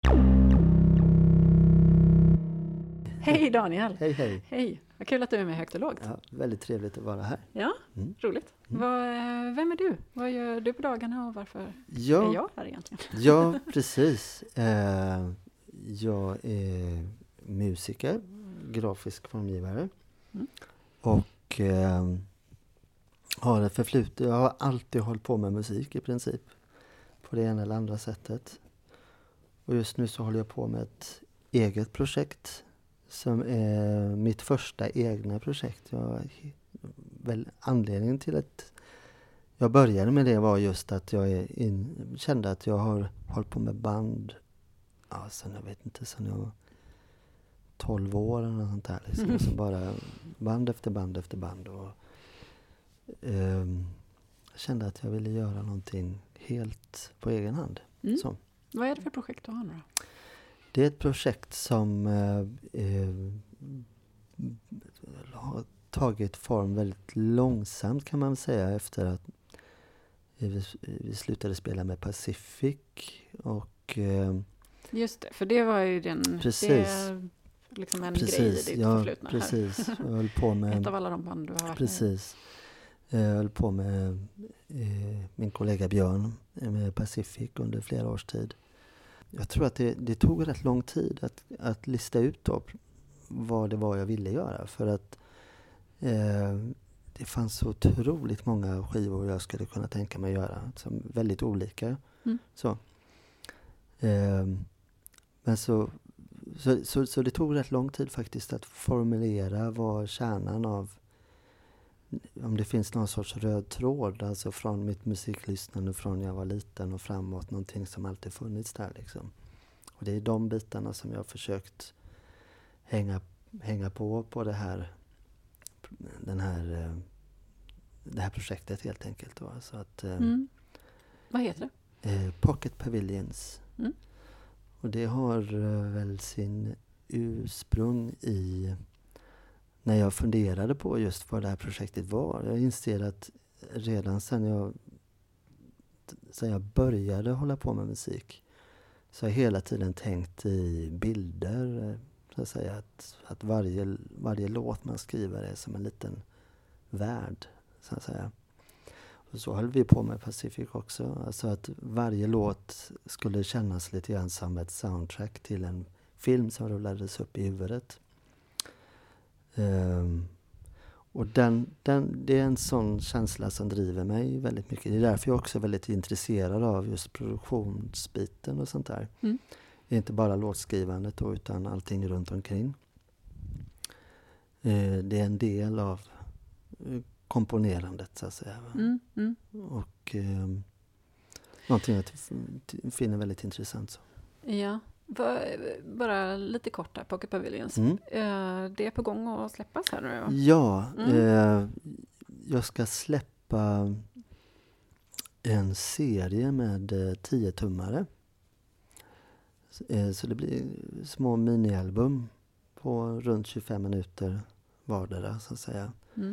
Hej Daniel! Hej, hej. Hej! Vad kul att du är med Högt och lågt. Ja, väldigt trevligt att vara här. Ja, roligt. Vem är du? Vad gör du på dagarna och varför är jag här egentligen? Ja, precis. Jag är musiker, grafisk formgivare och har ett förflutet. Jag har alltid hållit på med musik i princip på det ena eller andra sättet. Och just nu så håller jag på med ett eget projekt som är mitt första egna projekt. Anledningen till att jag började med det var just att jag kände att jag har hållit på med band sen jag var 12 år eller något sånt där. Liksom. Så bara band efter band efter band. Och jag kände att jag ville göra någonting helt på egen hand. Så. Vad är det för projekt du har nu då? Det är ett projekt som har tagit form väldigt långsamt kan man säga efter att vi slutade spela med Pacific och just det, för det var ju liksom en grej i ditt förflutna här. Precis. Jag höll på med ett av alla de band du har varit precis. Jag höll på med min kollega Björn med Pacific under flera års tid. Jag tror att det tog rätt lång tid att lista ut då vad det var jag ville göra. För att det fanns så otroligt många skivor jag skulle kunna tänka mig göra. Som väldigt olika. Så. Men så det tog rätt lång tid faktiskt att formulera vad kärnan av, om det finns någon sorts röd tråd, alltså från mitt musiklyssnande från jag var liten och framåt, någonting som alltid funnits där liksom. Och det är de bitarna som jag har försökt hänga på det här projektet helt enkelt då. Så att, vad heter det? Pocket Pavilions. Och det har väl sin ursprung i när jag funderade på just vad det här projektet var. Jag inser att redan sen jag började hålla på med musik så har jag hela tiden tänkt i bilder. Så att säga att varje låt man skriver är som en liten värld. Så att säga. Och så höll vi på med Pacific också. Alltså att varje låt skulle kännas lite grann som ett soundtrack till en film som rullades upp i huvudet. Och det är en sån känsla som driver mig väldigt mycket. Det är därför jag också är väldigt intresserad av just produktionsbiten och sånt där. Det är inte bara låtskrivandet då, utan allting runt omkring. Det är en del av komponerandet så att säga. Och någonting jag finner väldigt intressant. Så. Ja. Bara lite kort här, Pocket Pavilions. Det är på gång att släppas här nu? Ja, jag ska släppa en serie med 10-tummare. Så det blir små minialbum på runt 25 minuter vardera så att säga.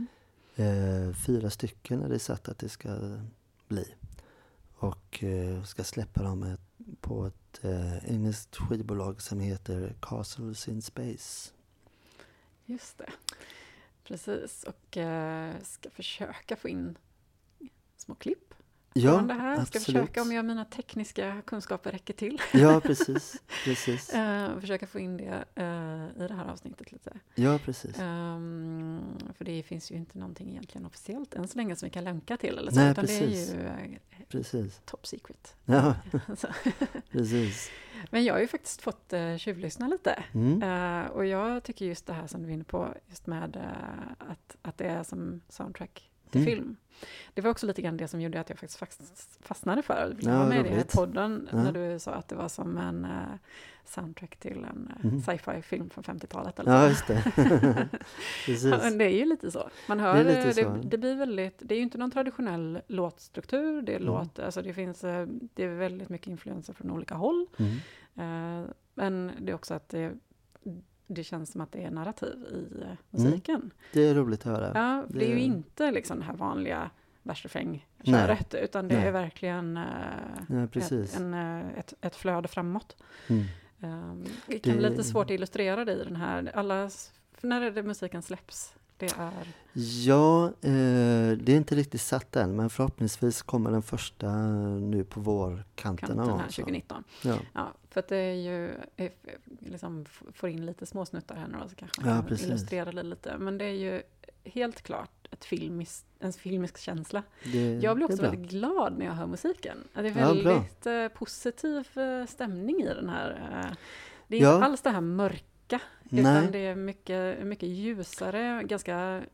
4 stycken är det satt att det ska bli. Och ska släppa dem på ett engelskt skivbolag som heter Castles in Space. Just det. Precis. Och ska försöka få in små klipp. Ja, det här. Ska absolut. Försöka om jag mina tekniska kunskaper räcker till. Ja, precis. Försöka få in det i det här avsnittet lite. Ja, precis. För det finns ju inte någonting egentligen officiellt än så länge som vi kan länka till. Eller så, nej, utan precis. Det är ju precis. top secret. Ja, precis. Men jag har ju faktiskt fått tjuvlyssna lite. Och jag tycker just det här som du är inne på, just med att det är som soundtrack till film. Det var också lite grann det som gjorde att jag faktiskt fastnade för att vara med i den här podden när du sa att det var som en soundtrack till en sci-fi film från 50-talet. Eller ja, just det. Precis. Ja, det är ju lite så. Man hör det blir väldigt, det är ju inte någon traditionell låtstruktur. Det är alltså det är väldigt mycket influenser från olika håll. Men det är också att det känns som att det är narrativ i musiken. Det är roligt att höra. Ja, det är ju inte liksom det här vanliga versrefräng-köret, utan det är verkligen ett flöde framåt. Det kan bli lite svårt att illustrera det i den här. När är det musiken släpps? Ja, det är inte riktigt satt än, men förhoppningsvis kommer den första nu på vårkanten här 2019. Ja, för att det är ju liksom får in lite små snuttar här nu då, så kanske man kan illustrera det lite. Men det är ju helt klart en filmisk känsla. Jag blir också väldigt glad när jag hör musiken. Det är väldigt positiv stämning i den här. Det är inte alls det här mörka. Utan det är mycket ljusare, ganska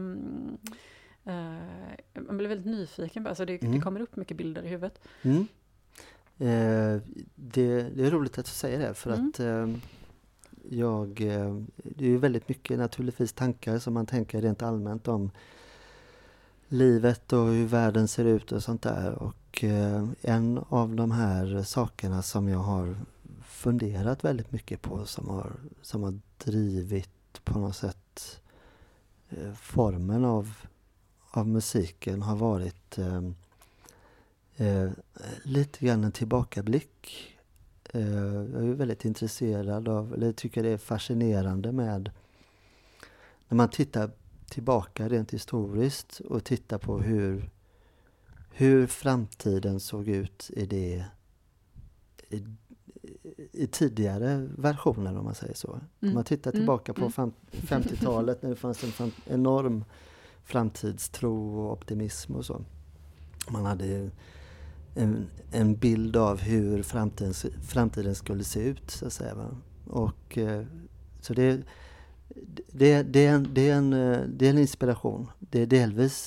man blir väldigt nyfiken. Alltså det kommer upp mycket bilder i huvudet. Det är roligt att du säger det, för att det är ju väldigt mycket naturligtvis tankar som man tänker rent allmänt om livet och hur världen ser ut och sånt där. Och en av de här sakerna som jag har funderat väldigt mycket på, som har drivit på något sätt formen av musiken, har varit lite grann en tillbakablick. Jag är väldigt intresserad av, eller tycker det är fascinerande med, när man tittar tillbaka rent historiskt och tittar på hur framtiden såg ut i tidigare versioner, om man säger så. Om man tittar tillbaka på 50-talet, när det fanns en enorm framtidstro och optimism och så. Man hade ju en bild av hur framtiden skulle se ut, så att säga. Va? Och så det är en inspiration. Det är delvis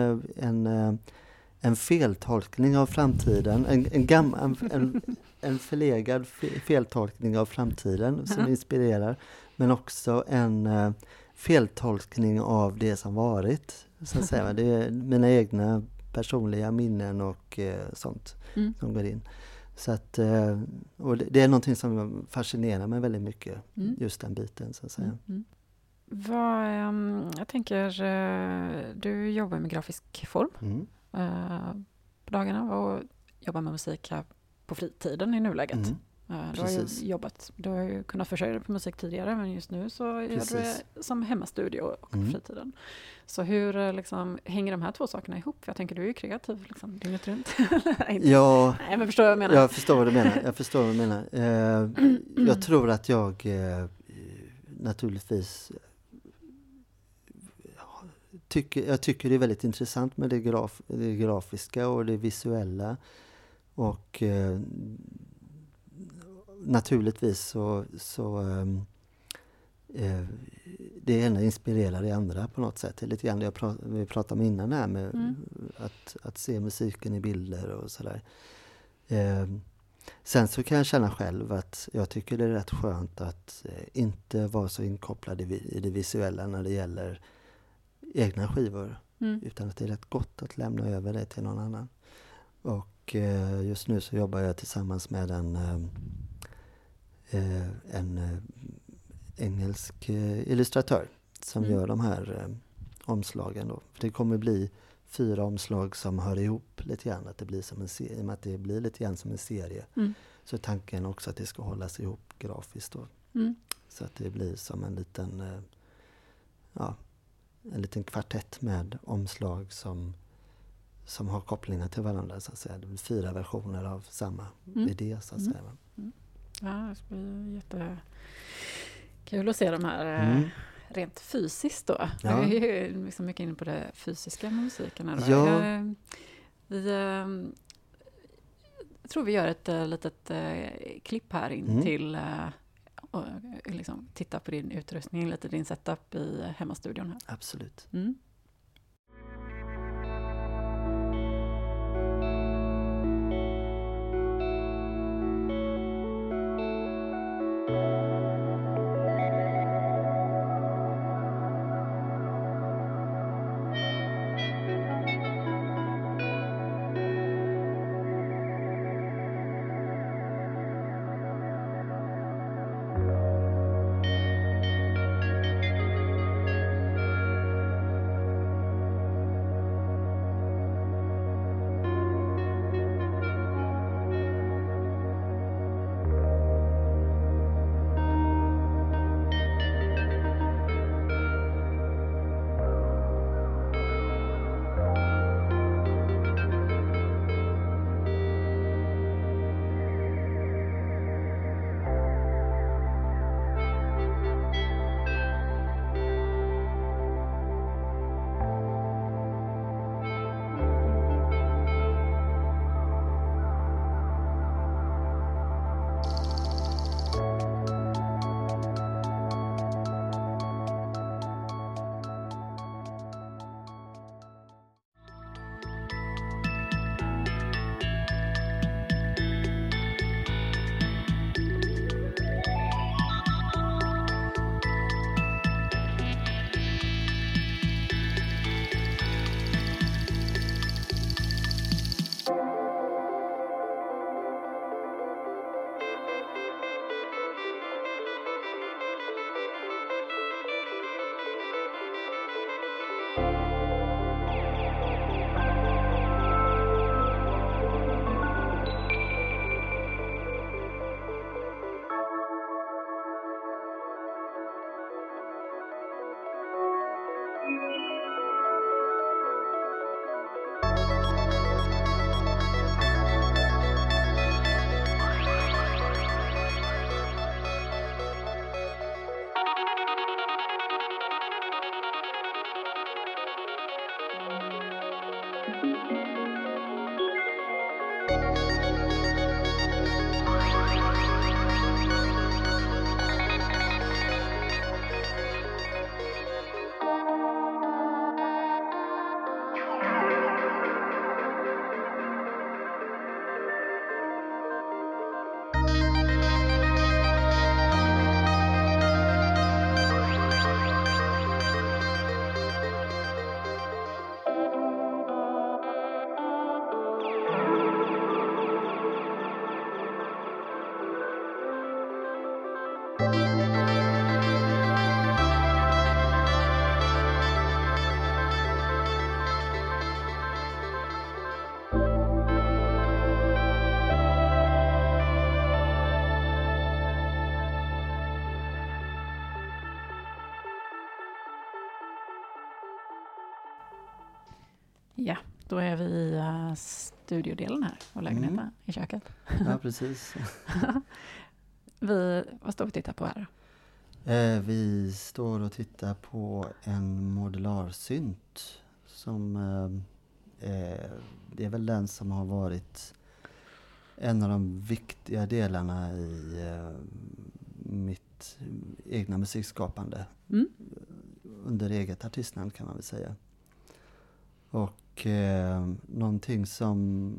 en feltolkning av framtiden, en förlegad feltolkning av framtiden som inspirerar, men också en feltolkning av det som varit, så att säga. Det är mina egna personliga minnen och sånt som går in. Så att, och det är någonting som fascinerar mig väldigt mycket, just den biten, så att säga. Jag tänker, du jobbar med grafisk form på dagarna och jobbar med musik här på fritiden i nuläget. Du har ju kunnat försörja dig på musik tidigare, men just nu så gör du det som hemmastudio och på fritiden. Så hur liksom, hänger de här två sakerna ihop? För jag tänker, du är ju kreativ liksom, dygnet runt. Ja, nej, men förstår vad jag menar. Jag förstår vad du menar. Jag tror att jag naturligtvis tycker det är väldigt intressant med det grafiska och det visuella. Och naturligtvis så det ena inspirerar det andra på något sätt. Det är lite grann det vi pratade om innan här med att se musiken i bilder och sådär. Sen så kan jag känna själv att jag tycker det är rätt skönt att inte vara så inkopplad i det visuella när det gäller egna skivor. Utan att det är rätt gott att lämna över det till någon annan. Och just nu så jobbar jag tillsammans med en engelsk illustratör som gör de här omslagen då. För det kommer bli 4 omslag som hör ihop lite grann, att det blir som en serie, med att det blir lite grann som en serie. Så tanken också att det ska hållas ihop grafiskt då. Så att det blir som en liten kvartett med omslag som har kopplingar till varandra, så att säga. Det blir 4 versioner av samma idé, så att säga. Ja, det blir jättekul att se de här rent fysiskt då. Ja. Jag är ju liksom mycket inne på det fysiska med musiken. Jag tror vi gör ett litet klipp här in till och liksom titta på din utrustning, lite din setup i hemmastudion här. Absolut. Ja, då är vi i studiodelen här och lägenheten i köket. Ja, precis. Vad står vi och tittar på här? Vi står och tittar på en modularsynt som det är väl den som har varit en av de viktiga delarna i mitt egna musikskapande. Under eget artistnamn kan man väl säga. Och någonting som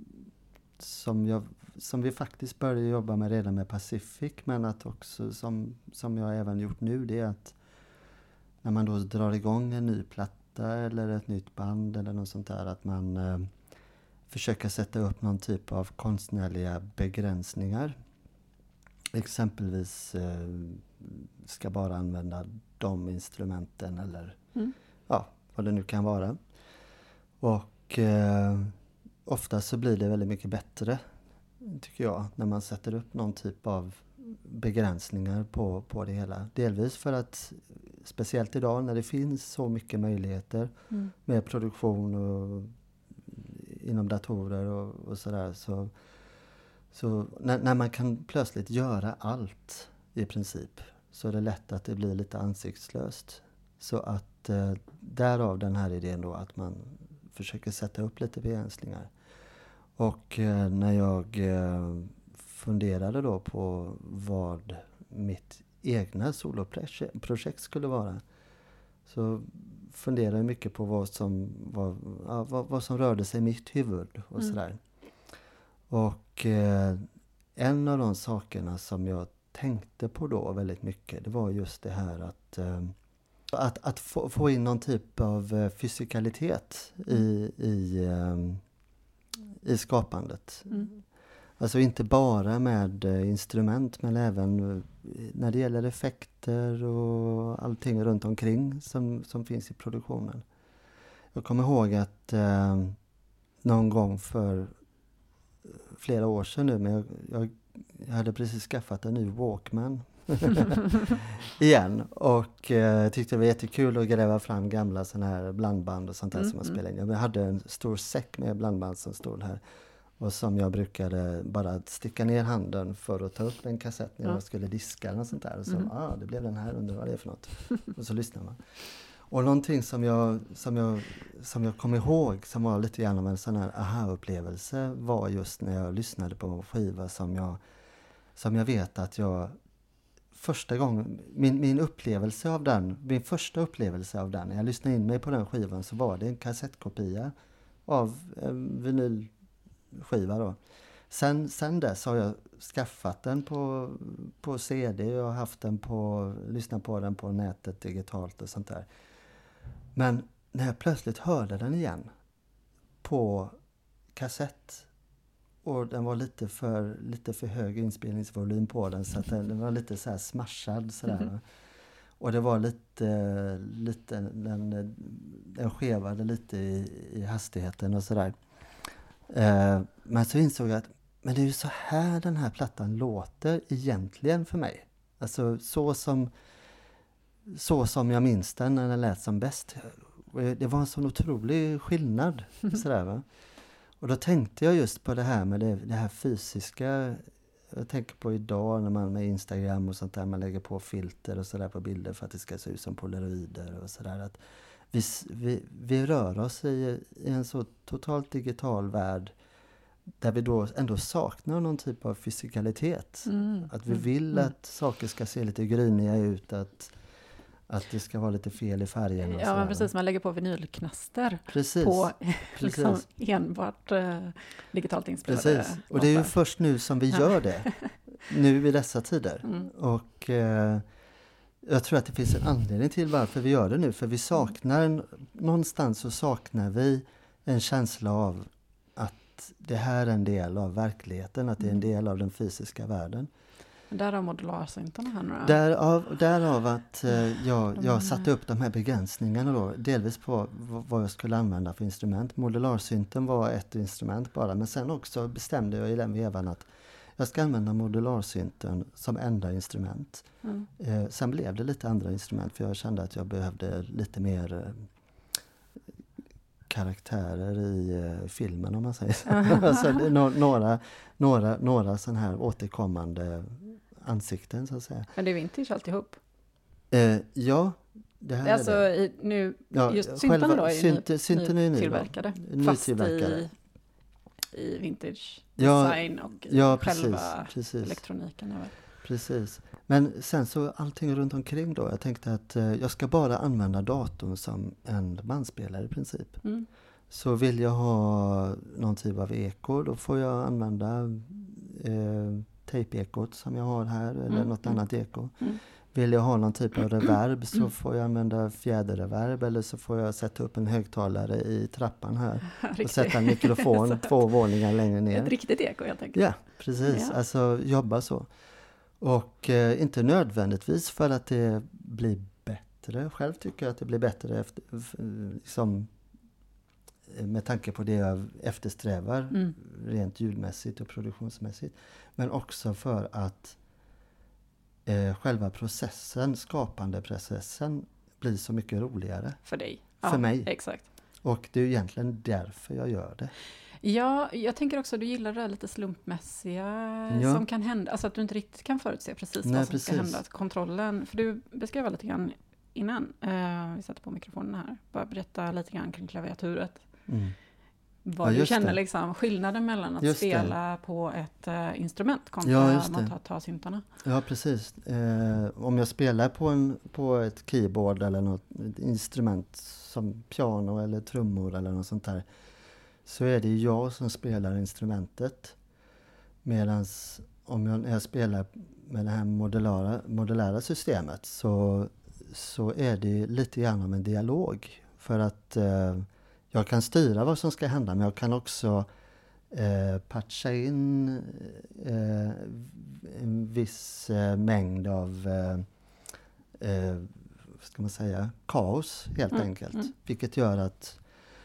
vi faktiskt började jobba med redan med Pacific, men att också som jag även gjort nu, det är att när man då drar igång en ny platta eller ett nytt band eller något sånt där, att man försöker sätta upp någon typ av konstnärliga begränsningar. Exempelvis ska bara använda de instrumenten eller ja, vad det nu kan vara. Och ofta så blir det väldigt mycket bättre, tycker jag, när man sätter upp någon typ av begränsningar på det hela. Delvis för att, speciellt idag när det finns så mycket möjligheter med produktion och inom datorer och sådär, så när man kan plötsligt göra allt i princip, så är det lätt att det blir lite ansiktslöst. Så att därav den här idén då att man försöker sätta upp lite begränsningar. Och när jag funderade då på vad mitt egna soloprojekt skulle vara, så funderade jag mycket på vad som rörde sig i mitt huvud och sådär. Och en av de sakerna som jag tänkte på då väldigt mycket, det var just det här att få in någon typ av fysikalitet i skapandet. Alltså inte bara med instrument, men även när det gäller effekter och allting runt omkring som finns i produktionen. Jag kommer ihåg att någon gång för flera år sedan nu, men jag hade precis skaffat en ny Walkman igen, och tyckte det var jättekul att gräva fram gamla såna här blandband och sånt där som man spelade in. Jag hade en stor säck med blandband som stod här och som jag brukade bara sticka ner handen för att ta upp en kassett när jag skulle diska eller sånt där. Och så, det blev den här, undrar vad det är för något. Och så lyssnar man. Och någonting som jag kom ihåg som var lite grann av en sån här aha-upplevelse var just när jag lyssnade på en skiva som jag vet att jag första gången, min första upplevelse av den, när jag lyssnade in mig på den skivan, så var det en kassettkopia av en vinylskiva då. Sen dess har jag skaffat den på CD och haft den lyssnat på den på nätet digitalt och sånt där. Men när jag plötsligt hörde den igen på kassett, och den var lite för hög inspelningsvolym på den, så att den var lite så här smashad sådär. Och det var lite den skevade lite i hastigheten och sådär. Men så insåg jag att men det är ju så här den här plattan låter egentligen för mig. Alltså så som jag minns den när den lät som bäst. Det var en sån otrolig skillnad. Sådär, va? Och då tänkte jag just på det här med det här fysiska. Jag tänker på idag när man med Instagram och sånt där, man lägger på filter och sådär på bilder för att det ska se ut som polaroider och sådär. Att vi rör oss i en så totalt digital värld där vi då ändå saknar någon typ av fysikalitet. Att vi vill att saker ska se lite gryniga ut, att det ska vara lite fel i färgen. Ja, men precis. Man lägger på vinylknaster precis, på liksom enbart digitalt inspelade. Precis, och det är ju först nu som vi gör det. Nu i dessa tider. Och jag tror att det finns en anledning till varför vi gör det nu. För vi saknar, någonstans så saknar vi en känsla av att det här är en del av verkligheten. Att det är en del av den fysiska världen. Därav modularsyntarna här nu då? Därav att jag satte upp de här begränsningarna då. Delvis på vad jag skulle använda för instrument. Modularsynten var ett instrument bara. Men sen också bestämde jag i den vevan att jag ska använda modularsynten som enda instrument. Sen blev det lite andra instrument för jag kände att jag behövde lite mer karaktärer i filmen om man säger så. Alltså, några sådana här återkommande ansikten så att säga. Men det är vintage alltihop? Ja, det här alltså, är det. Nu, just syntarna då är nytillverkade. Fast i vintage design och själva elektroniken. Precis. Men sen så allting runt omkring då. Jag tänkte att jag ska bara använda datorn som en bandspelare i princip. Så vill jag ha någon typ av eko, då får jag använda tape-ekot som jag har här eller något annat eko. Vill jag ha någon typ av reverb så får jag använda fjäderreverb eller så får jag sätta upp en högtalare i trappan här och sätta en mikrofon 2 våningar längre ner. Ett riktigt eko helt enkelt. Ja, precis. Ja. Alltså jobba så. Och inte nödvändigtvis för att det blir bättre. Själv tycker jag att det blir bättre liksom, med tanke på det jag eftersträvar rent ljudmässigt och produktionsmässigt. Men också för att själva processen, skapandeprocessen blir så mycket roligare. För dig? För mig. Exakt. Och det är egentligen därför jag gör det. Ja, jag tänker också att du gillar det här lite slumpmässiga som kan hända. Alltså att du inte riktigt kan förutse vad som ska hända. Kontrollen, för du beskrev lite grann innan vi satte på mikrofonen här. Bara berätta lite grann kring klaviaturet. Vad du känner liksom, skillnaden mellan att spela på ett instrument kontra att ta syntarna. Ja, precis. Om jag spelar på ett keyboard eller något instrument som piano eller trummor eller något sånt där, så är det jag som spelar instrumentet. Medan när jag spelar med det här modulära systemet så är det lite grann om en dialog. För att jag kan styra vad som ska hända, men jag kan också patcha in en viss mängd av ska man säga, kaos helt enkelt. Vilket gör att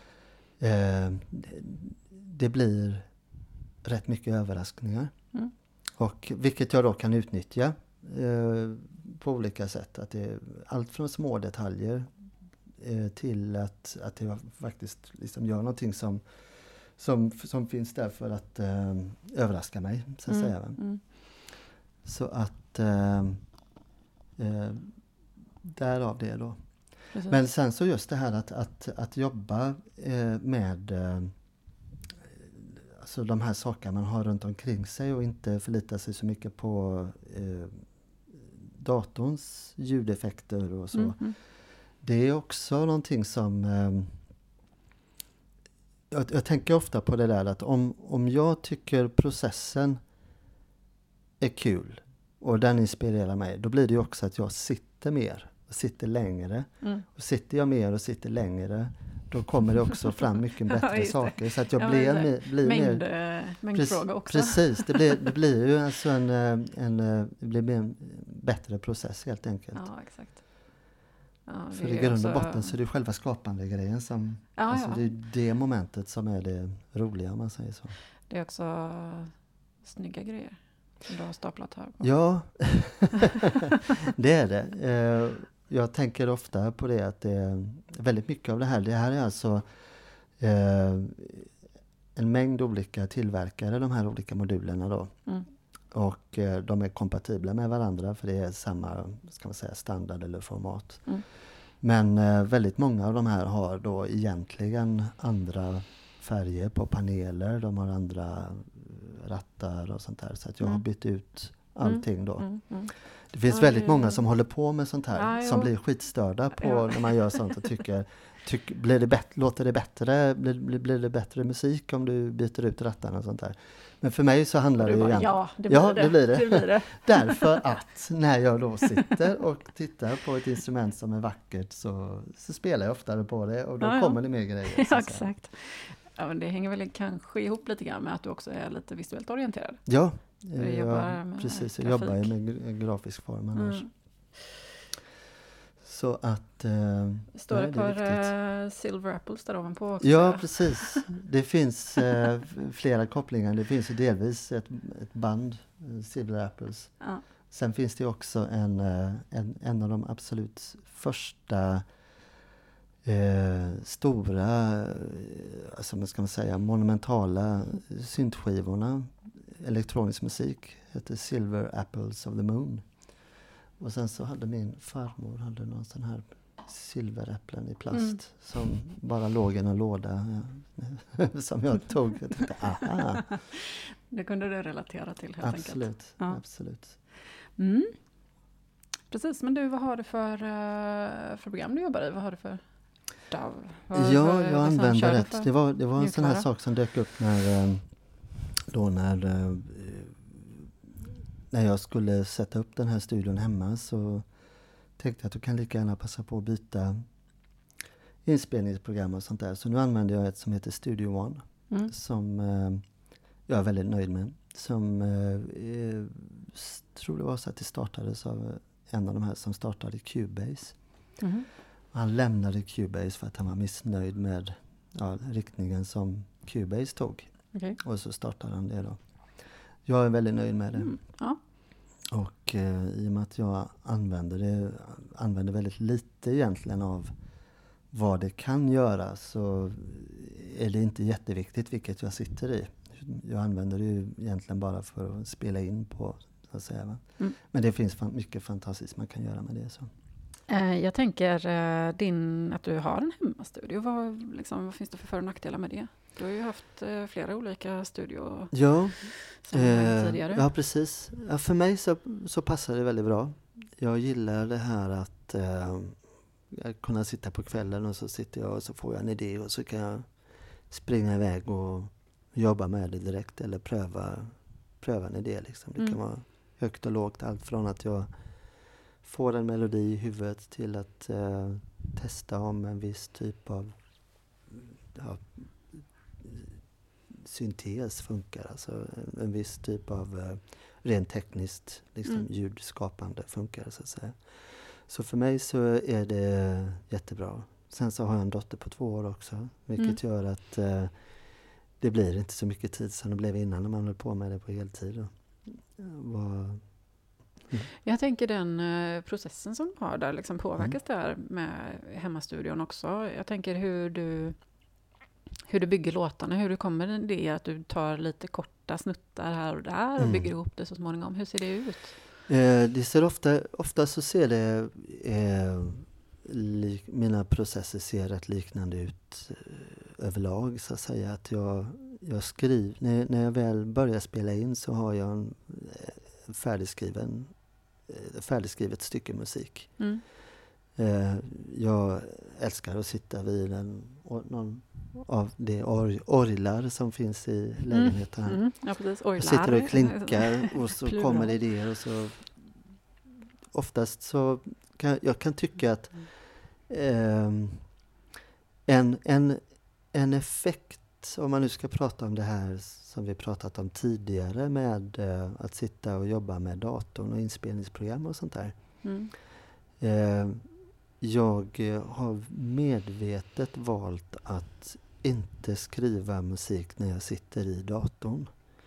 det blir rätt mycket överraskningar. Och vilket jag då kan utnyttja på olika sätt. Att det är allt från små detaljer till att jag faktiskt liksom gör någonting som finns där för att överraska mig, så att säga. Så att därav det då. Precis. Men sen så just det här att jobba med alltså de här sakerna man har runt omkring sig och inte förlita sig så mycket på datorns ljudeffekter och så. Det är också någonting som jag tänker ofta på det där att om jag tycker processen är kul och den inspirerar mig, då blir det ju också att jag sitter mer och sitter längre. Och sitter jag mer och sitter längre, då kommer det också fram mycket bättre saker. Så att jag blir mer... Mängdfråga också. Precis, det blir ju alltså det blir en bättre process helt enkelt. Ja, exakt. Ja, för i grund och botten så är det själva skapande grejen som... det är det momentet som är det roliga, om man säger så. Det är också snygga grejer som du har staplat här på. Ja, det är det. Jag tänker ofta på det att det är väldigt mycket av det här. Det här är alltså en mängd olika tillverkare, de här olika modulerna då. Och de är kompatibla med varandra för det är samma, ska man säga, standard eller format. Men väldigt många av de här har då egentligen andra färger på paneler. De har andra rattar och sånt där. Så att jag har bytt ut allting då. Det finns väldigt många som håller på med sånt här. Som blir skitstörda på när man gör sånt och tycker låter det bättre? Blir det bättre musik om du byter ut rattarna och sånt där? Men för mig så handlar det ju det blir det. Därför att när jag då sitter och tittar på ett instrument som är vackert så spelar jag oftare på det och då kommer det mer grejer. Ja, exakt. Ja, men det hänger väl kanske ihop lite grann med att du också är lite visuellt orienterad. Ja, precis. Jag jobbar ju med grafisk form annars. Så att... Står det på Silver Apples där ovanpå också? Ja, precis. Det finns flera kopplingar. Det finns ju delvis ett band, Silver Apples. Ja. Sen finns det också en av de absolut första stora, alltså vad ska man säga, monumentala syntskivorna. Elektronisk musik heter Silver Apples of the Moon. Och sen så hade min farmor någon sån här silveräpplen i plast som bara låg i en låda som jag tog. Jag tänkte, aha. Det kunde du relatera till helt enkelt. Absolut. Precis, men du, vad har du för program du jobbar i? Vad har du för DAW? Jag använder rätt. Det var en sån här sak som dök upp när jag skulle sätta upp den här studion hemma, så tänkte jag att du kan lika gärna passa på att byta inspelningsprogram och sånt där. Så nu använder jag ett som heter Studio One som jag är väldigt nöjd med. Som tror det var så att det startades av en av de här som startade Cubase. Han lämnade Cubase för att han var missnöjd med riktningen som Cubase tog. Okay. Och så startade han det då. Jag är väldigt nöjd med det. Och i och med att jag använder väldigt lite egentligen av vad det kan göra, så är det inte jätteviktigt vilket jag sitter i. Jag använder det ju egentligen bara för att spela in på, så att säga. Men det finns mycket fantastiskt man kan göra med det. Så. Jag tänker att du har en hemmastudio. Vad finns det för och nackdelar med det? Du har ju haft flera olika studior tidigare. Ja, precis. Ja, för mig så passar det väldigt bra. Jag gillar det här att kunna sitta på kvällen och så sitter jag och så får jag en idé och så kan jag springa iväg och jobba med det direkt eller pröva en idé. Liksom. Det kan vara högt och lågt, allt från att jag får en melodi i huvudet till att testa om en viss typ av syntes funkar, alltså en viss typ av rent tekniskt ljudskapande funkar, så att säga. Så för mig så är det jättebra. Sen så har jag en dotter på 2 år också, vilket gör att det blir inte så mycket tid som det blev innan när man höll på med det på heltid. Jag tänker den processen som du har där liksom påverkas där med hemmastudion också. Jag tänker hur du bygger låtarna, hur du kommer det att du tar lite korta snuttar här och där och bygger ihop det så småningom. Hur ser det ut? Det ser ofta så ser det mina processer ser rätt liknande ut överlag, så att säga. Att jag skriver, när jag väl börjar spela in så har jag en färdigskrivet stycke musik. Jag älskar att sitta vid någon av de orglar som finns i lägenheten här. Ja, precis. Jag sitter och klinkar och så kommer det idéer och så oftast så kan jag tycka att en effekt, om man nu ska prata om det här som vi pratat om tidigare med att sitta och jobba med datorn och inspelningsprogram och sånt där. Jag har medvetet valt att inte skriva musik när jag sitter i datorn.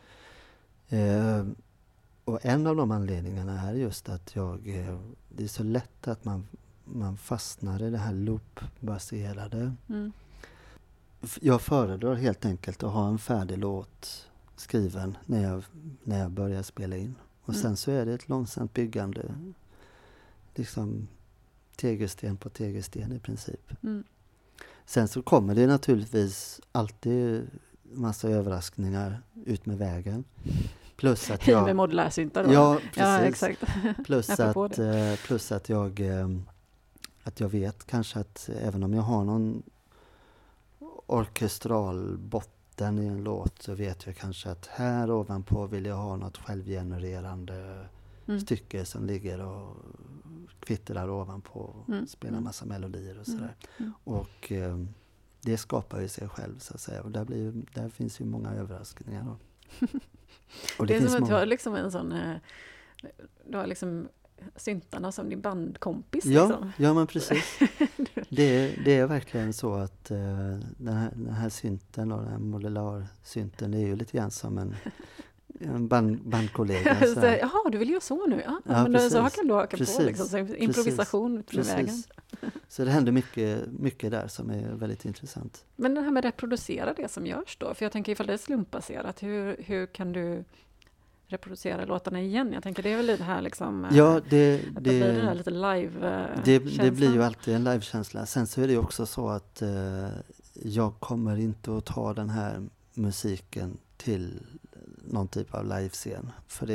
Och en av de anledningarna är just att det är så lätt att man fastnar i det här loop-baserade. Jag föredrar helt enkelt att ha en färdig låt skriven när jag börjar spela in. Och sen så är det ett långsamt byggande. Liksom tegelsten på tegelsten i princip. Mm. Sen så kommer det naturligtvis alltid massa överraskningar ut med vägen. Plus att jag... med modulärsyntar då? Ja, precis. Ja, exakt. Plus att jag vet kanske att även om jag har någon orkestral botten i en låt, så vet jag kanske att här ovanpå vill jag ha något självgenererande stycke som ligger och kvittrar ovanpå och spelar massa melodier och sådär. Och det skapar ju sig själv så att säga, och där finns ju många överraskningar då. Och det är som att du har liksom en sån du har liksom syntarna som din bandkompis. Ja, liksom. Ja men precis. Det är verkligen så att den här synten och den här modularsynten är ju lite grann som en bandkollega. Jaha, du vill göra så nu? Ja, men precis. Så kan du haka på liksom, så improvisation ut med vägen. Så det händer mycket där som är väldigt intressant. Men det här med att reproducera det som görs då, för jag tänker ifall det är slumpbaserat, hur kan du reproducera låtarna igen? Jag tänker det är väl det här liksom, ja, det blir det här lite live-känslan. Det blir ju alltid en live-känsla. Sen så är det ju också så att jag kommer inte att ta den här musiken till någon typ av livescen. För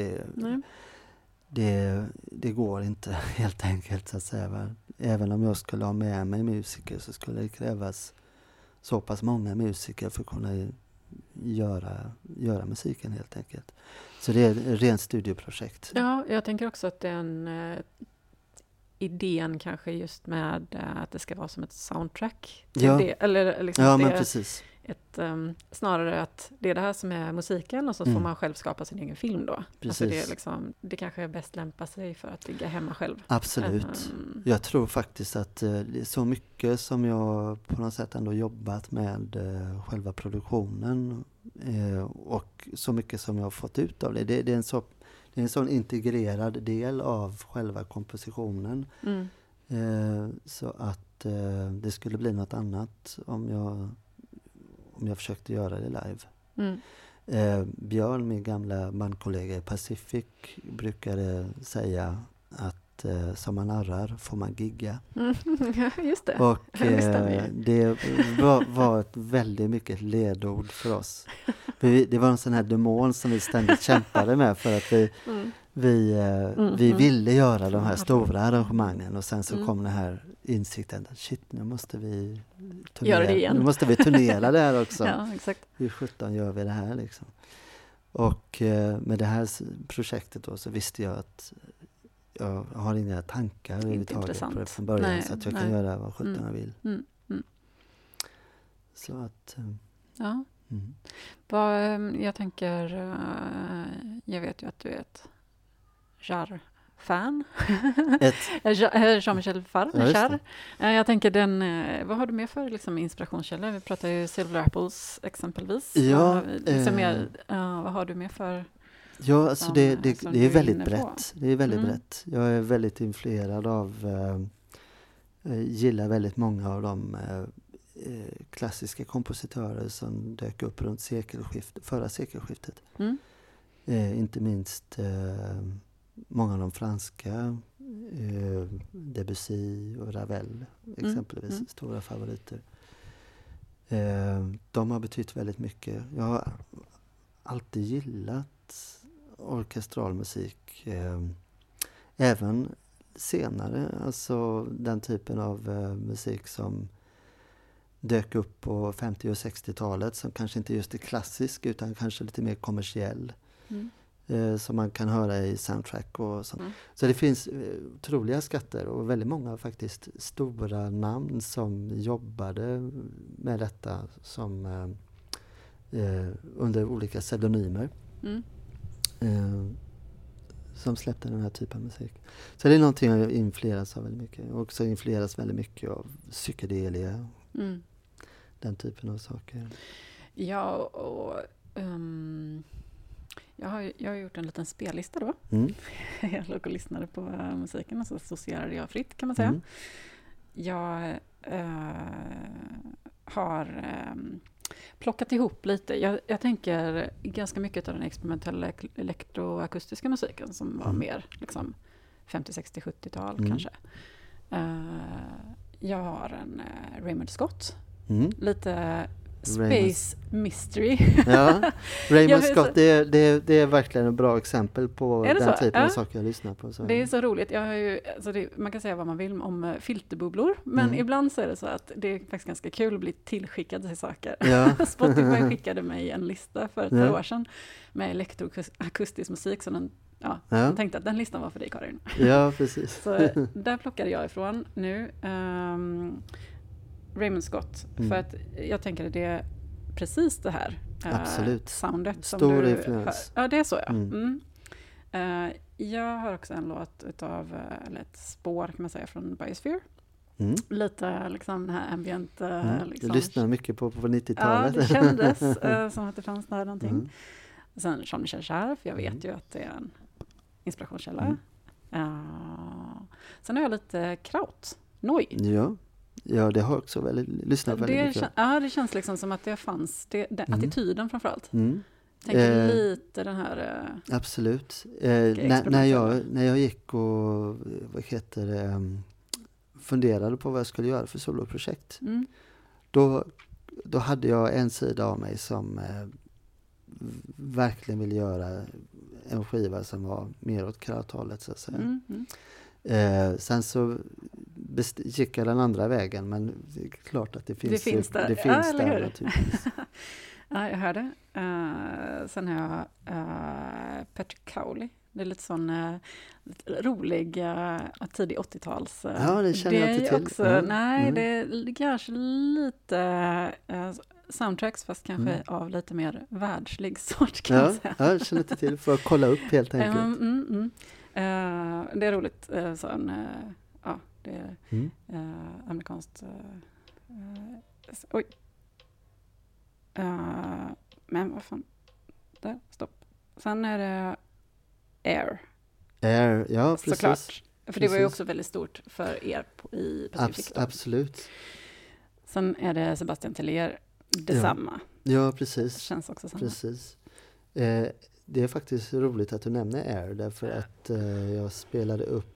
det går inte helt enkelt så att säga. Även om jag skulle ha med mig musiker så skulle det krävas så pass många musiker för att kunna göra musiken helt enkelt. Så det är ett rent studioprojekt. Ja, jag tänker också att den idén kanske just med att det ska vara som ett soundtrack. Ja, det, eller liksom ja men precis. Snarare att det är det här som är musiken och så får man själv skapa sin egen film då. Precis. Alltså det kanske är bäst lämpar sig för att ligga hemma själv. Absolut. Jag tror faktiskt att det är så mycket som jag på något sätt ändå jobbat med själva produktionen och så mycket som jag har fått ut av det. Det är en sån integrerad del av själva kompositionen. Så att det skulle bli något annat om jag försökte göra det live. Björn, min gamla bandkollega i Pacific, brukade säga att som man arrar får man gigga. Just det. Och det var ett väldigt mycket ledord för oss. Det var en sån här demon som vi ständigt kämpade med för att vi ville göra de här stora arrangemangen, och sen så kom den här insikten att shit, nu måste vi göra det igen. Nu måste vi turnera det här också. Ja, exakt. Hur 17 gör vi det här liksom? Och med det här projektet då så visste jag att jag har inga tankar överhuvudtaget på det från början. Nej, så att jag kan göra vad 17 jag vill. Så att... Ja. Jag tänker... jag vet ju att du är ett Jarre-fan. Jean-Michel Jarre. Jag tänker vad har du med för liksom, inspirationskällor? Vi pratar ju Silver Apples exempelvis. Ja, vad har du med för... Ja, alltså det är väldigt brett. Det är väldigt brett. Jag är väldigt influerad av... gillar väldigt många av de klassiska kompositörer som dök upp runt förra sekelskiftet. Inte minst många av de franska, Debussy och Ravel exempelvis, stora favoriter. De har betytt väldigt mycket. Jag har alltid gillat orkestral musik. Även senare, alltså den typen av musik som dök upp på 50- och 60-talet, som kanske inte just är klassisk utan kanske lite mer kommersiell. Som man kan höra i soundtrack och sånt. Så det finns otroliga skatter och väldigt många faktiskt stora namn som jobbade med detta som under olika pseudonymer. Som släppte den här typen av musik. Så det är någonting jag influeras av väldigt mycket. Och också influeras väldigt mycket av psykedelia. Den typen av saker. Ja, och jag har gjort en liten spellista då. Jag låg och lyssnade på musiken och så associerade jag fritt, kan man säga. Jag har plockat ihop lite. Jag tänker ganska mycket av den experimentella elektroakustiska musiken som var mer liksom 50, 60, 70-tal kanske. Jag har en Raymond Scott. Mm. Lite space mystery. Ja, Raymond Scott, det är verkligen ett bra exempel på den typen av saker jag lyssnar på. Så. Det är så roligt. Jag har ju, alltså man kan säga vad man vill om filterbubblor, men ibland så är det så att det är faktiskt ganska kul att bli tillskickad till saker. Ja. Spotify skickade mig en lista för ett par år sedan med elektroakustisk musik, så jag tänkte att den listan var för dig, Karin. Ja, precis. Så där plockade jag ifrån nu Raymond Scott, för att jag tänker att det är precis det här soundet som stor du influens. hör. Ja, det är så, ja. Jag har också en låt eller ett spår kan man säga från Biosphere. Lite liksom den här ambient... Du lyssnar mycket på 90-talet. Ja, det kändes som att det fanns där någonting. Sen Jean-Michel Jarre, för jag vet ju att det är en inspirationskälla. Sen har jag lite Kraut, Noi. Ja, det har jag också lyssnat väldigt mycket. Det känns liksom som att det fanns, attityden framförallt. Tänker lite den här... Absolut. När jag gick och funderade på vad jag skulle göra för soloprojekt, då hade jag en sida av mig som verkligen ville göra en skiva som var mer åt krauthållet, så att säga. Sen så gick jag den andra vägen, men det är klart att det finns där naturligtvis. Ja, jag hörde. Sen har jag Patrick Cowley. Det är lite sån rolig tidig 80-tals. Ja, det känner jag inte till. Också, det är kanske lite soundtracks, fast kanske av lite mer världslig sort, kan man säga. Ja, jag känner inte till, för att kolla upp helt enkelt. Det är roligt. Det är amerikanskt. Men vad fan. Där, stopp. Sen är det Air, ja, precis. Såklart. För det var ju också väldigt stort för er i Pacific. Absolut. Sen är det Sebastian Tellier, detsamma. Ja, precis. Det känns också samma. Precis. Det är faktiskt roligt att du nämner Air, därför att jag spelade upp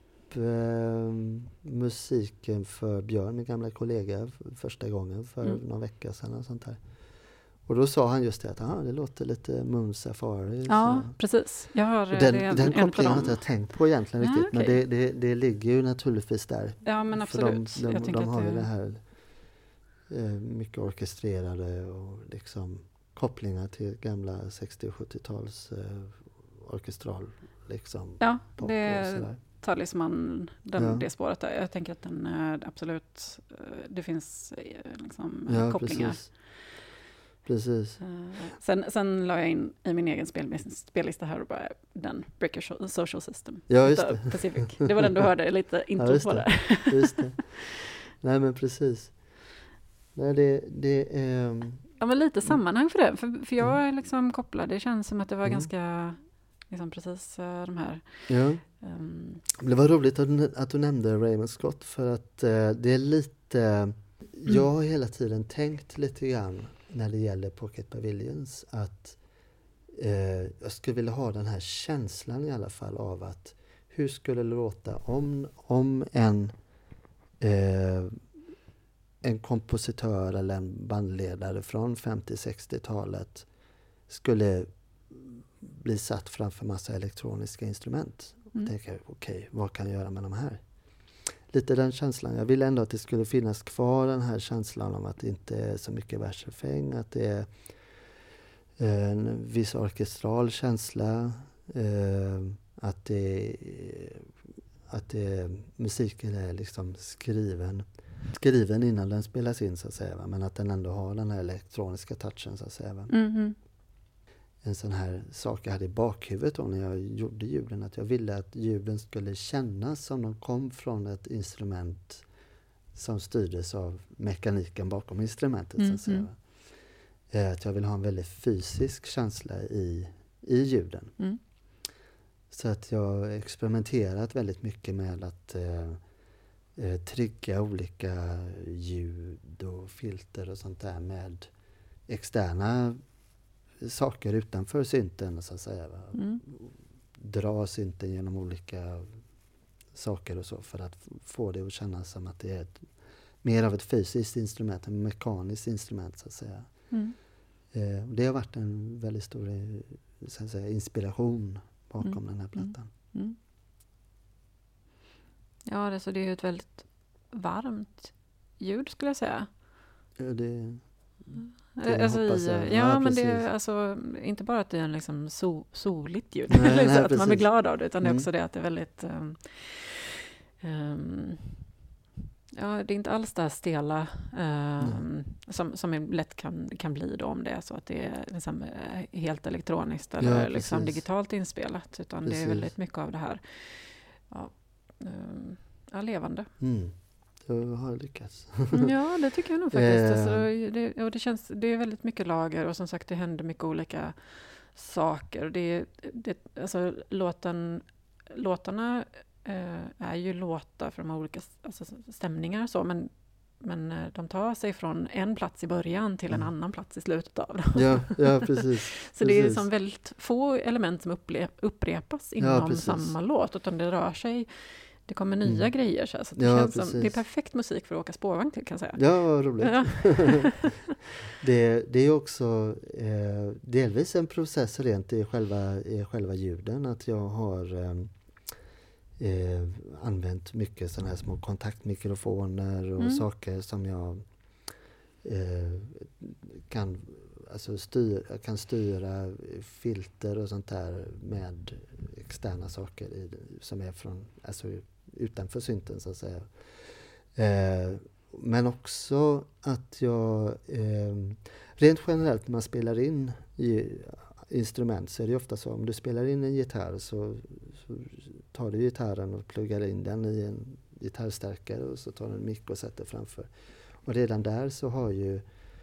musiken för Björn, min gamla kollega, första gången för någon vecka sedan och sånt där. Och då sa han just det, att det låter lite Moon Safari. Ja, precis. Jag har den kopplingen har jag inte tänkt på egentligen riktigt, men det ligger ju naturligtvis där. Ja, men absolut. För de har ju det här mycket orkestrerade och liksom kopplingar till gamla 60- och 70-tals orkestral liksom. Ja, det talisman, det spåret där. Jag tänker att den absolut, det finns liksom kopplingar. Precis. Sen la jag in i min egen spellista här och bara den Breaker Social System. Ja, just det. Pacific. Det var den du hörde lite intro på där. Just det. Nej, men precis. Nej, det är... Ja, men lite sammanhang för det. För jag är liksom kopplad. Det känns som att det var ganska... Liksom precis de här... Ja. Det var roligt att du nämnde Raymond Scott, för att det är lite... Jag har hela tiden tänkt lite grann när det gäller Pocket Pavilions att jag skulle vilja ha den här känslan i alla fall av att hur skulle det låta om en kompositör eller en bandledare från 50-60-talet skulle bli satt framför massa elektroniska instrument. Och tänka, okej, vad kan jag göra med de här? Lite den känslan. Jag vill ändå att det skulle finnas kvar den här känslan om att det inte är så mycket versrefräng, att det är en viss orkestral känsla, att musiken är liksom skriven innan den spelas in, så att säga, men att den ändå har den här elektroniska touchen, så att säga. En sån här sak jag hade i bakhuvudet då när jag gjorde ljuden, att jag ville att ljuden skulle kännas som de kom från ett instrument som styrdes av mekaniken bakom instrumentet, så att säga. Att jag vill ha en väldigt fysisk känsla i ljuden. Så att jag har experimenterat väldigt mycket med att trigga olika ljud och filter och sånt där med externa saker utanför synten, så att säga. Dra synten genom olika saker och så för att få det att kännas som att det är mer av ett fysiskt instrument, en mekaniskt instrument så att säga. Det har varit en väldigt stor så att säga, inspiration bakom den här plattan. Ja, det är ju ett väldigt varmt ljud skulle jag säga. Ja, det alltså hoppas jag. Ja, men precis. det är alltså inte bara att det är en liksom soligt ljud, Nej, att precis. man blir glad av det, utan det är också det att det är väldigt ja, det är inte alls det här stela som lätt kan bli då om det är så att det är liksom helt elektroniskt eller liksom digitalt inspelat, utan det är väldigt mycket av det här levande. Du har lyckats. Ja, det tycker jag nog faktiskt. Alltså, det är väldigt mycket lager och som sagt det händer mycket olika saker. Alltså, låtarna är ju låtar från olika stämningar så, men de tar sig från en plats i början till en annan plats i slutet av dem. Ja, precis. Så det är liksom väldigt få element som upprepas inom samma låt, utan det rör sig. Det kommer nya grejer så det känns som det är perfekt musik för att åka spårvagn till, kan jag säga. Ja, vad roligt. Ja. det är också delvis en process rent i själva ljuden, att jag har använt mycket sådana här små kontaktmikrofoner och saker som jag kan styra filter och sånt där med externa saker som är från utanför synten så att säga. Men också att jag rent generellt när man spelar in instrument så är det ofta så, om du spelar in en gitarr så tar du gitarren och pluggar in den i en gitarrstärkare och så tar du en mick och sätter framför. Och redan där så har ju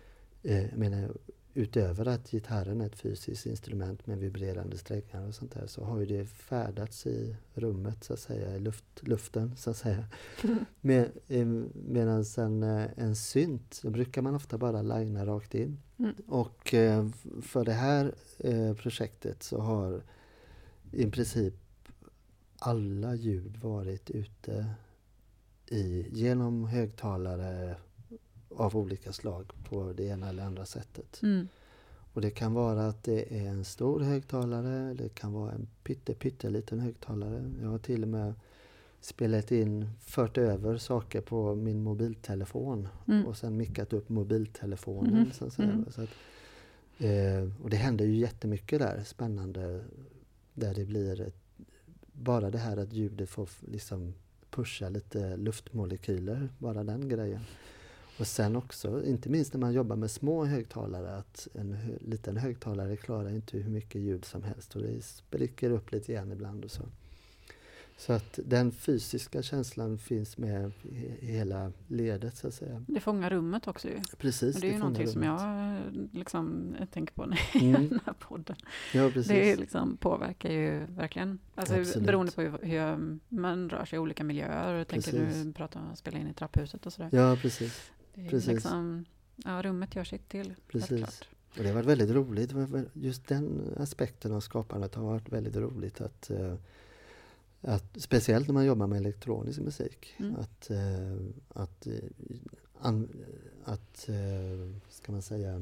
utöver att gitarren är ett fysiskt instrument med vibrerande strängar och sånt där, så har ju det färdats i rummet så att säga, i luften så att säga. Medan en synt så brukar man ofta bara linea rakt in. Och för det här projektet så har i princip alla ljud varit ute genom högtalare av olika slag på det ena eller andra sättet. Och det kan vara att det är en stor högtalare, det kan vara en pytteliten högtalare. Jag har till och med fört över saker på min mobiltelefon och sen mickat upp mobiltelefonen. Så att säga. Så att, och det händer ju jättemycket där, spännande, där det blir bara det här att ljudet får liksom pusha lite luftmolekyler, bara den grejen. Och sen också, inte minst när man jobbar med små högtalare, att en liten högtalare klarar inte hur mycket ljud som helst och det spricker upp lite grann ibland och så. Så att den fysiska känslan finns med i hela ledet så att säga. Det fångar rummet också ju. Precis. Och det är ju någonting som jag liksom tänker på när jag gör den här podden. Ja, precis. Det liksom påverkar ju verkligen. Alltså beroende på hur man rör sig i olika miljöer. Tänker du spela in i trapphuset och sådär. Ja, precis. Precis. Liksom, rummet gör sitt till. Precis. Och det har varit väldigt roligt. Just den aspekten av skapandet har varit väldigt roligt att speciellt när man jobbar med elektronisk musik. Att ska man säga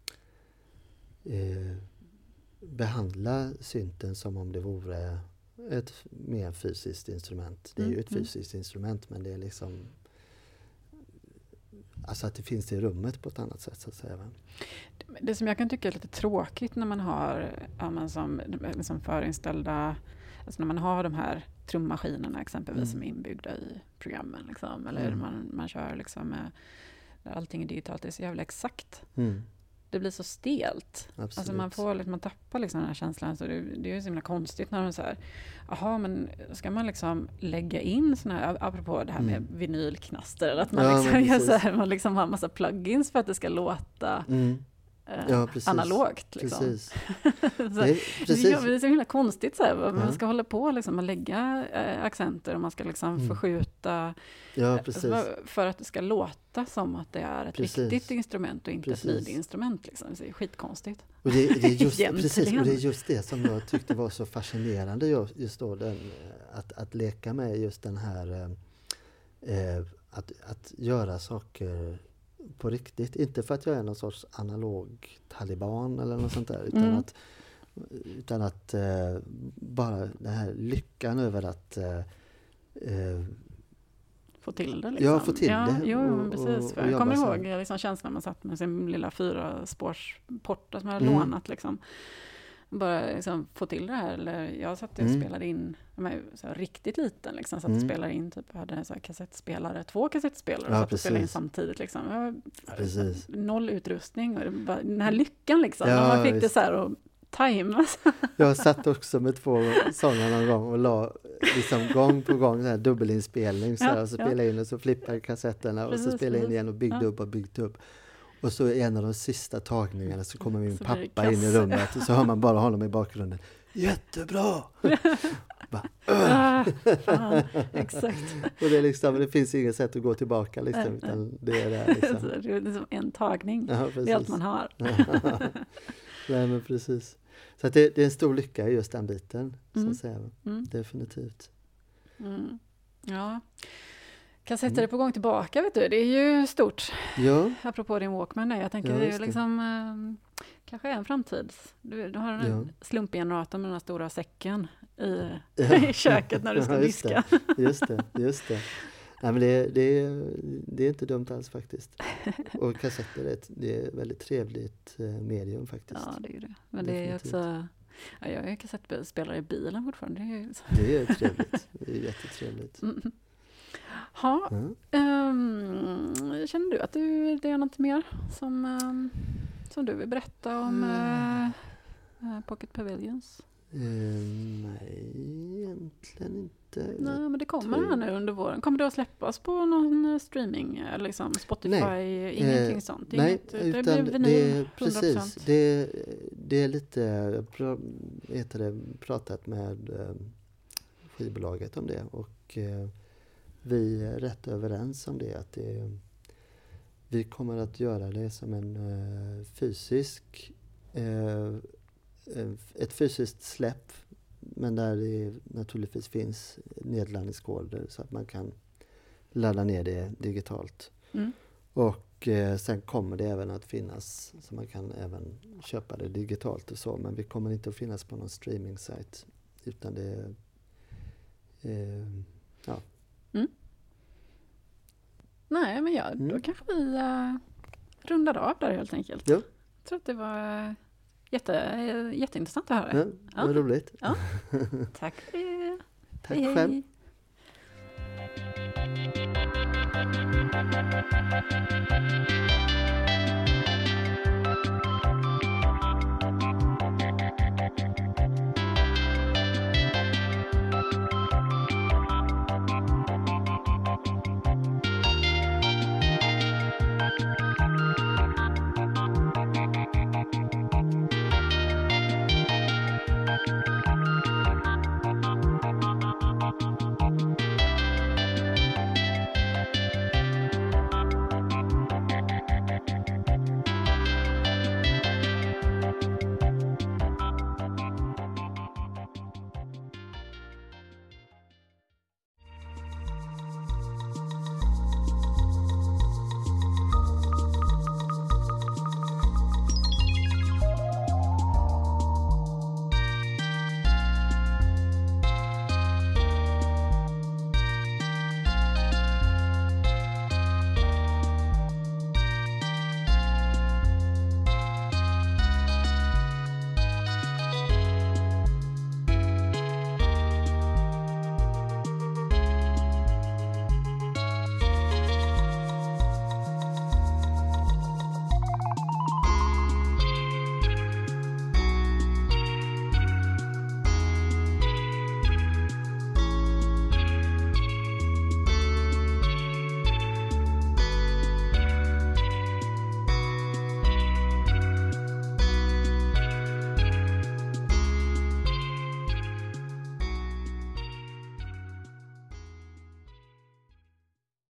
behandla synten som om det vore ett mer fysiskt instrument. Det är ju ett fysiskt instrument, men det är liksom alltså att det finns i rummet på ett annat sätt så att säga. Det som jag kan tycka är lite tråkigt när man har som förinställda, alltså när man har de här trummaskinerna exempelvis som är inbyggda i programmen liksom, eller man kör liksom där allting är digitalt, det är så jävla exakt. Det blir så stelt. Absolut. Alltså man tappar liksom den här känslan, så det är ju så himla konstigt när de så här, men ska man liksom lägga in såna här, apropå det här med vinylknaster, eller att man liksom gör så här, man liksom har en massa plugins för att det ska låta analogt. Liksom. Precis. Det är så himla konstigt så här, man ska hålla på liksom, att lägga accenter och man ska liksom förskjuta för att det ska låta som att det är ett riktigt instrument och inte ett midi-instrument. Liksom. Det är skitkonstigt. Och det är just det som jag tyckte var så fascinerande just då, att leka med just den här att göra saker på riktigt. Inte för att jag är någon sorts analog taliban eller något sånt där, utan att bara den här lyckan över att få till det. Liksom. Ja, få till det. Jo, precis. Jag kommer ihåg liksom, känslan man satt med sin lilla 4-spårsporta som jag hade lånat. Liksom. Bara liksom, få till det här. Eller, jag satt och spelade in, så här, riktigt liten. Liksom, satt och spelade in, typ, hade så här, kassettspelare, 2 kassettspelare. Satt och spelade in samtidigt. Liksom. Noll utrustning. Och den här lyckan liksom. Ja, man fick det så här och timas. Jag satt också med 2 sådana någon gång och la liksom gång på gång så här dubbelinspelning. Så här, och så spelade in och så flippade kassetterna och så spelade in igen och byggde upp. Och så i en av de sista tagningarna så kommer min pappa in i rummet och så hör man bara honom i bakgrunden. Jättebra! Exakt. Och det är liksom, det finns inget sätt att gå tillbaka liksom, utan det är det liksom. Det är som en tagning. Det är allt man har. Nej, men precis. Så att det är en stor lycka i just den biten, så att säga. Definitivt. Ja. Kassetter är på gång tillbaka, vet du. Det är ju stort. Ja. Apropå din Walkman. Jag tänker det är liksom kanske en framtid. Du har en slumpgenerator med den här stora säcken i köket när du ska diska. Just det. Nej, men det är inte dumt alls faktiskt. Och kassetter det är ett väldigt trevligt medium faktiskt. Ja, det är ju det. Men det är också... Ja, jag är kassettspelare i bilen fortfarande. Det är trevligt. Det är jättetrevligt. Känner du att det är något mer som du vill berätta om Pocket Pavilions? Nej, egentligen inte. Nej, men det kommer här nu under våren. Kommer det att släppas på någon streaming? Liksom Spotify? Ingenting sånt? Nej, det utan blir vinyl, precis. Det är lite... Jag pratat med skivbolaget om det och... vi är rätt överens om det, att vi kommer att göra det som en ett fysiskt släpp, men där det naturligtvis finns nedladdningskoder så att man kan ladda ner det digitalt. Och sen kommer det även att finnas så man kan även köpa det digitalt och så, men vi kommer inte att finnas på någon streaming-sajt, utan det Nej, men då kanske vi rundar av där helt enkelt. Ja. Jag tror att det var jätteintressant att höra. Ja, vad roligt. Ja. Tack för det. Tack själv. Hej.